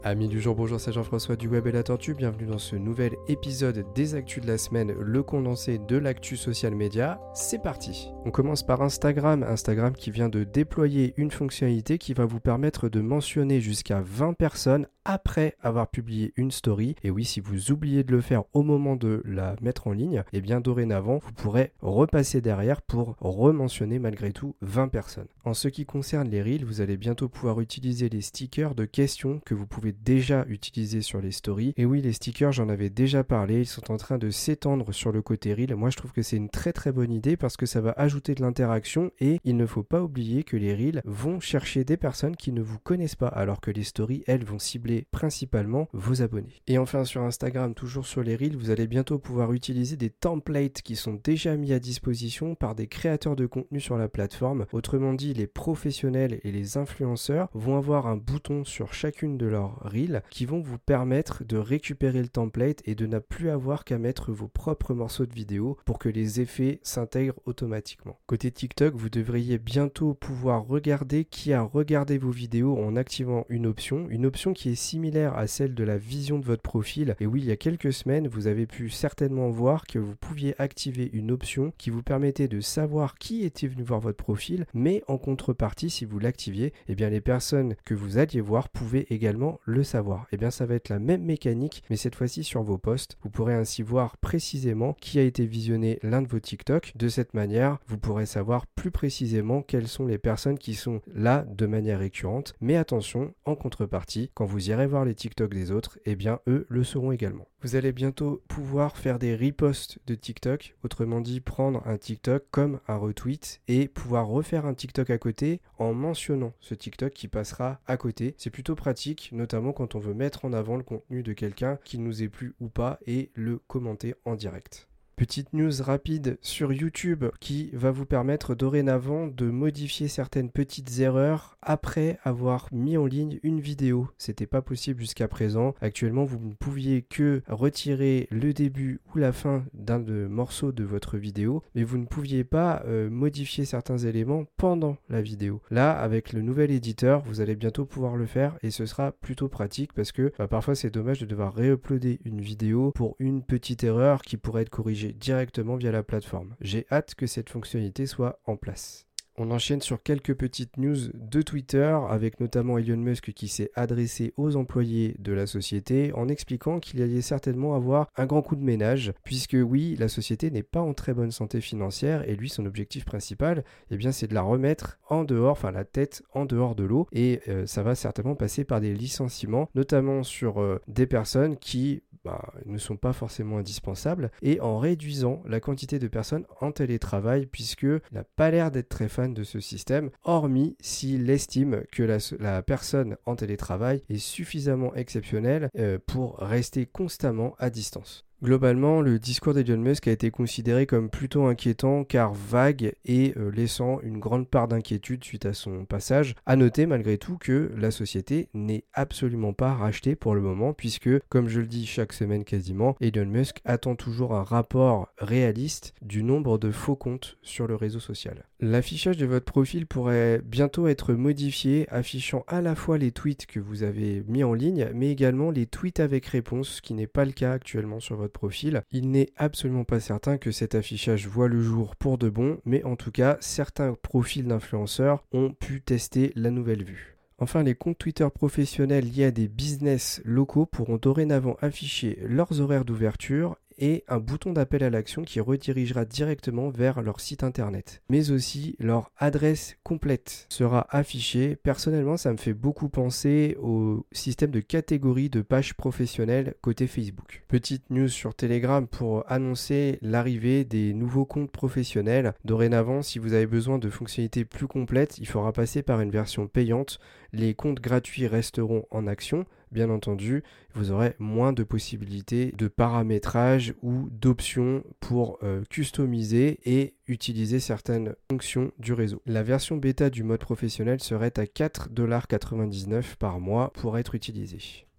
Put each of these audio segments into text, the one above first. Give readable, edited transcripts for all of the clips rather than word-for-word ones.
Amis du jour, bonjour, c'est Jean-François du Web et la Tortue, bienvenue dans ce nouvel épisode des Actus de la semaine, le condensé de l'actu social média. C'est parti. On commence par Instagram qui vient de déployer une fonctionnalité qui va vous permettre de mentionner jusqu'à 20 personnes après avoir publié une story. Et oui, si vous oubliez de le faire au moment de la mettre en ligne, et bien dorénavant, vous pourrez repasser derrière pour rementionner malgré tout 20 personnes. En ce qui concerne les Reels, vous allez bientôt pouvoir utiliser les stickers de questions que vous pouvez déjà utiliser sur les stories. Et oui, les stickers, j'en avais déjà parlé, ils sont en train de s'étendre sur le côté Reel. Moi, je trouve que c'est une très très bonne idée parce que ça va ajouter de l'interaction et il ne faut pas oublier que les Reels vont chercher des personnes qui ne vous connaissent pas alors que les stories, elles, vont cibler principalement vos abonnés. Et enfin, sur Instagram, toujours sur les Reels, vous allez bientôt pouvoir utiliser des templates qui sont déjà mis à disposition par des créateurs de contenu sur la plateforme. Autrement dit, les professionnels et les influenceurs vont avoir un bouton sur chacune de leurs Reels qui vont vous permettre de récupérer le template et de ne plus avoir qu'à mettre vos propres morceaux de vidéo pour que les effets s'intègrent automatiquement. Côté TikTok, vous devriez bientôt pouvoir regarder qui a regardé vos vidéos en activant une option qui est similaire à celle de la vision de votre profil. Et oui, il y a quelques semaines, vous avez pu certainement voir que vous pouviez activer une option qui vous permettait de savoir qui était venu voir votre profil, mais en contrepartie, si vous l'activiez, eh bien les personnes que vous alliez voir pouvaient également le savoir. Et bien ça va être la même mécanique, mais cette fois-ci sur vos posts. Vous pourrez ainsi voir précisément qui a été visionné l'un de vos TikTok. De cette manière, vous pourrez savoir plus précisément quelles sont les personnes qui sont là de manière récurrente. Mais attention, en contrepartie, quand vous irez voir les TikTok des autres, eh bien eux le seront également. Vous allez bientôt pouvoir faire des reposts de TikTok, autrement dit prendre un TikTok comme un retweet et pouvoir refaire un TikTok à côté en mentionnant ce TikTok qui passera à côté. C'est plutôt pratique, notamment quand on veut mettre en avant le contenu de quelqu'un qui nous est plu ou pas et le commenter en direct. Petite news rapide sur YouTube qui va vous permettre dorénavant de modifier certaines petites erreurs après avoir mis en ligne une vidéo. C'était pas possible jusqu'à présent. Actuellement, vous ne pouviez que retirer le début ou la fin d'un morceau de votre vidéo, mais vous ne pouviez pas modifier certains éléments pendant la vidéo. Là, avec le nouvel éditeur, vous allez bientôt pouvoir le faire et ce sera plutôt pratique parce que parfois c'est dommage de devoir réuploader une vidéo pour une petite erreur qui pourrait être corrigée directement via la plateforme. J'ai hâte que cette fonctionnalité soit en place. On enchaîne sur quelques petites news de Twitter avec notamment Elon Musk qui s'est adressé aux employés de la société en expliquant qu'il allait certainement avoir un grand coup de ménage puisque oui, la société n'est pas en très bonne santé financière et lui son objectif principal c'est de la remettre en dehors, enfin la tête en dehors de l'eau et ça va certainement passer par des licenciements notamment sur des personnes qui ne sont pas forcément indispensables et en réduisant la quantité de personnes en télétravail puisqu'il n'a pas l'air d'être très fan de ce système, hormis s'il estime que la personne en télétravail est suffisamment exceptionnelle pour rester constamment à distance. Globalement, le discours d'Elon Musk a été considéré comme plutôt inquiétant car vague et laissant une grande part d'inquiétude suite à son passage. À noter malgré tout que la société n'est absolument pas rachetée pour le moment puisque, comme je le dis chaque semaine quasiment, Elon Musk attend toujours un rapport réaliste du nombre de faux comptes sur le réseau social. L'affichage de votre profil pourrait bientôt être modifié, affichant à la fois les tweets que vous avez mis en ligne, mais également les tweets avec réponse, ce qui n'est pas le cas actuellement sur votre profil. Il n'est absolument pas certain que cet affichage voit le jour pour de bon, mais en tout cas, certains profils d'influenceurs ont pu tester la nouvelle vue. Enfin, les comptes Twitter professionnels liés à des business locaux pourront dorénavant afficher leurs horaires d'ouverture et un bouton d'appel à l'action qui redirigera directement vers leur site internet. Mais aussi, leur adresse complète sera affichée. Personnellement, ça me fait beaucoup penser au système de catégorie de pages professionnelles côté Facebook. Petite news sur Telegram pour annoncer l'arrivée des nouveaux comptes professionnels. Dorénavant, si vous avez besoin de fonctionnalités plus complètes, il faudra passer par une version payante. Les comptes gratuits resteront en action. Bien entendu, vous aurez moins de possibilités de paramétrage ou d'options pour customiser et utiliser certaines fonctions du réseau. La version bêta du mode professionnel serait à 4,99$ par mois pour être utilisée.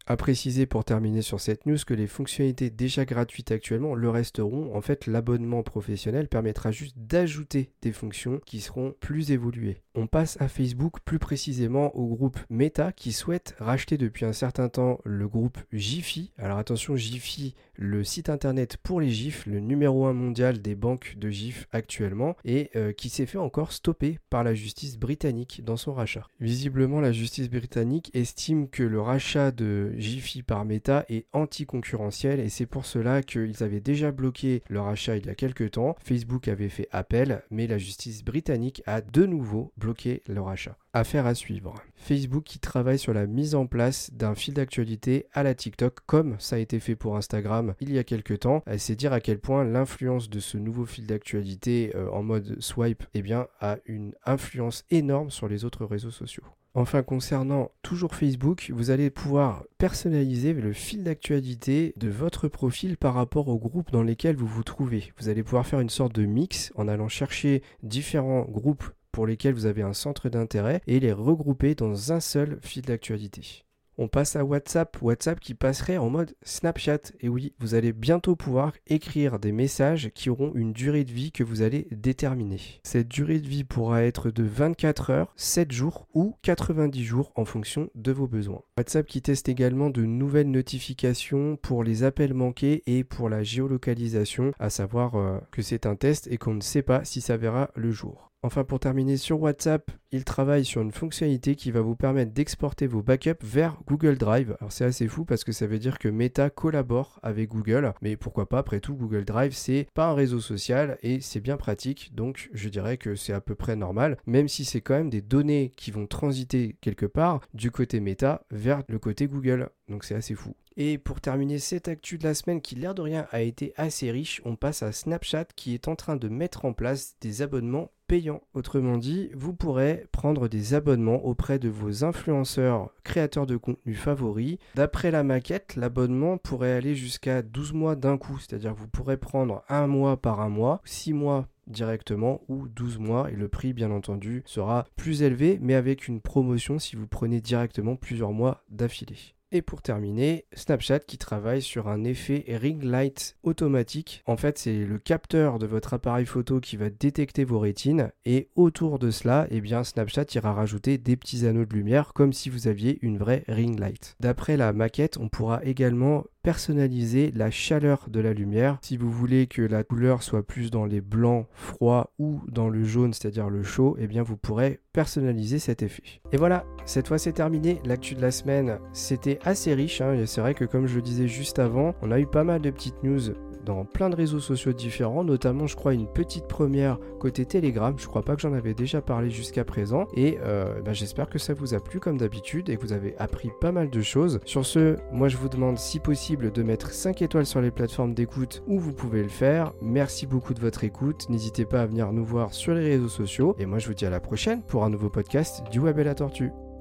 À préciser pour terminer sur cette news que les fonctionnalités déjà gratuites actuellement le resteront. En fait, l'abonnement professionnel permettra juste d'ajouter des fonctions qui seront plus évoluées. On passe à Facebook, plus précisément au groupe Meta qui souhaite racheter depuis un certain temps le groupe Jiffy. Alors attention, Jiffy, le site internet pour les gifs, le numéro 1 mondial des banques de gifs actuellement et qui s'est fait encore stopper par la justice britannique dans son rachat. Visiblement, la justice britannique estime que le rachat de Jiffy par Meta est anticoncurrentiel et c'est pour cela qu'ils avaient déjà bloqué le rachat il y a quelques temps. Facebook avait fait appel, mais la justice britannique a de nouveau bloqué le rachat. Affaire à suivre. Facebook qui travaille sur la mise en place d'un fil d'actualité à la TikTok comme ça a été fait pour Instagram il y a quelques temps. C'est dire à quel point l'influence de ce nouveau fil d'actualité en mode swipe a une influence énorme sur les autres réseaux sociaux. Enfin, concernant toujours Facebook, vous allez pouvoir personnaliser le fil d'actualité de votre profil par rapport au groupe dans lesquels vous vous trouvez. Vous allez pouvoir faire une sorte de mix en allant chercher différents groupes pour lesquels vous avez un centre d'intérêt et les regrouper dans un seul fil d'actualité. On passe à WhatsApp qui passerait en mode Snapchat. Et oui, vous allez bientôt pouvoir écrire des messages qui auront une durée de vie que vous allez déterminer. Cette durée de vie pourra être de 24 heures, 7 jours ou 90 jours en fonction de vos besoins. WhatsApp qui teste également de nouvelles notifications pour les appels manqués et pour la géolocalisation, à savoir que c'est un test et qu'on ne sait pas si ça verra le jour. Enfin, pour terminer sur WhatsApp, il travaille sur une fonctionnalité qui va vous permettre d'exporter vos backups vers Google Drive. Alors c'est assez fou parce que ça veut dire que Meta collabore avec Google, mais pourquoi pas, après tout, Google Drive c'est pas un réseau social et c'est bien pratique, donc je dirais que c'est à peu près normal, même si c'est quand même des données qui vont transiter quelque part du côté Meta vers le côté Google, donc c'est assez fou. Et pour terminer cette actu de la semaine qui, l'air de rien, a été assez riche, on passe à Snapchat qui est en train de mettre en place des abonnements payants. Autrement dit, vous pourrez prendre des abonnements auprès de vos influenceurs créateurs de contenu favoris. D'après la maquette, l'abonnement pourrait aller jusqu'à 12 mois d'un coup, c'est-à-dire que vous pourrez prendre un mois par un mois, 6 mois directement ou 12 mois et le prix bien entendu sera plus élevé mais avec une promotion si vous prenez directement plusieurs mois d'affilée. Et pour terminer, Snapchat qui travaille sur un effet ring light automatique. En fait, c'est le capteur de votre appareil photo qui va détecter vos rétines et autour de cela, Snapchat ira rajouter des petits anneaux de lumière comme si vous aviez une vraie ring light. D'après la maquette, on pourra également personnaliser la chaleur de la lumière. Si vous voulez que la couleur soit plus dans les blancs froids ou dans le jaune, c'est-à-dire le chaud, vous pourrez personnaliser cet effet. Et voilà, cette fois c'est terminé. L'actu de la semaine, c'était assez riche, et c'est vrai que comme je le disais juste avant, on a eu pas mal de petites news dans plein de réseaux sociaux différents, notamment je crois une petite première côté Telegram, je crois pas que j'en avais déjà parlé jusqu'à présent et j'espère que ça vous a plu comme d'habitude et que vous avez appris pas mal de choses. Sur ce, moi je vous demande si possible de mettre 5 étoiles sur les plateformes d'écoute où vous pouvez le faire. Merci beaucoup de votre écoute, n'hésitez pas à venir nous voir sur les réseaux sociaux et moi je vous dis à la prochaine pour un nouveau podcast du Web et la Tortue.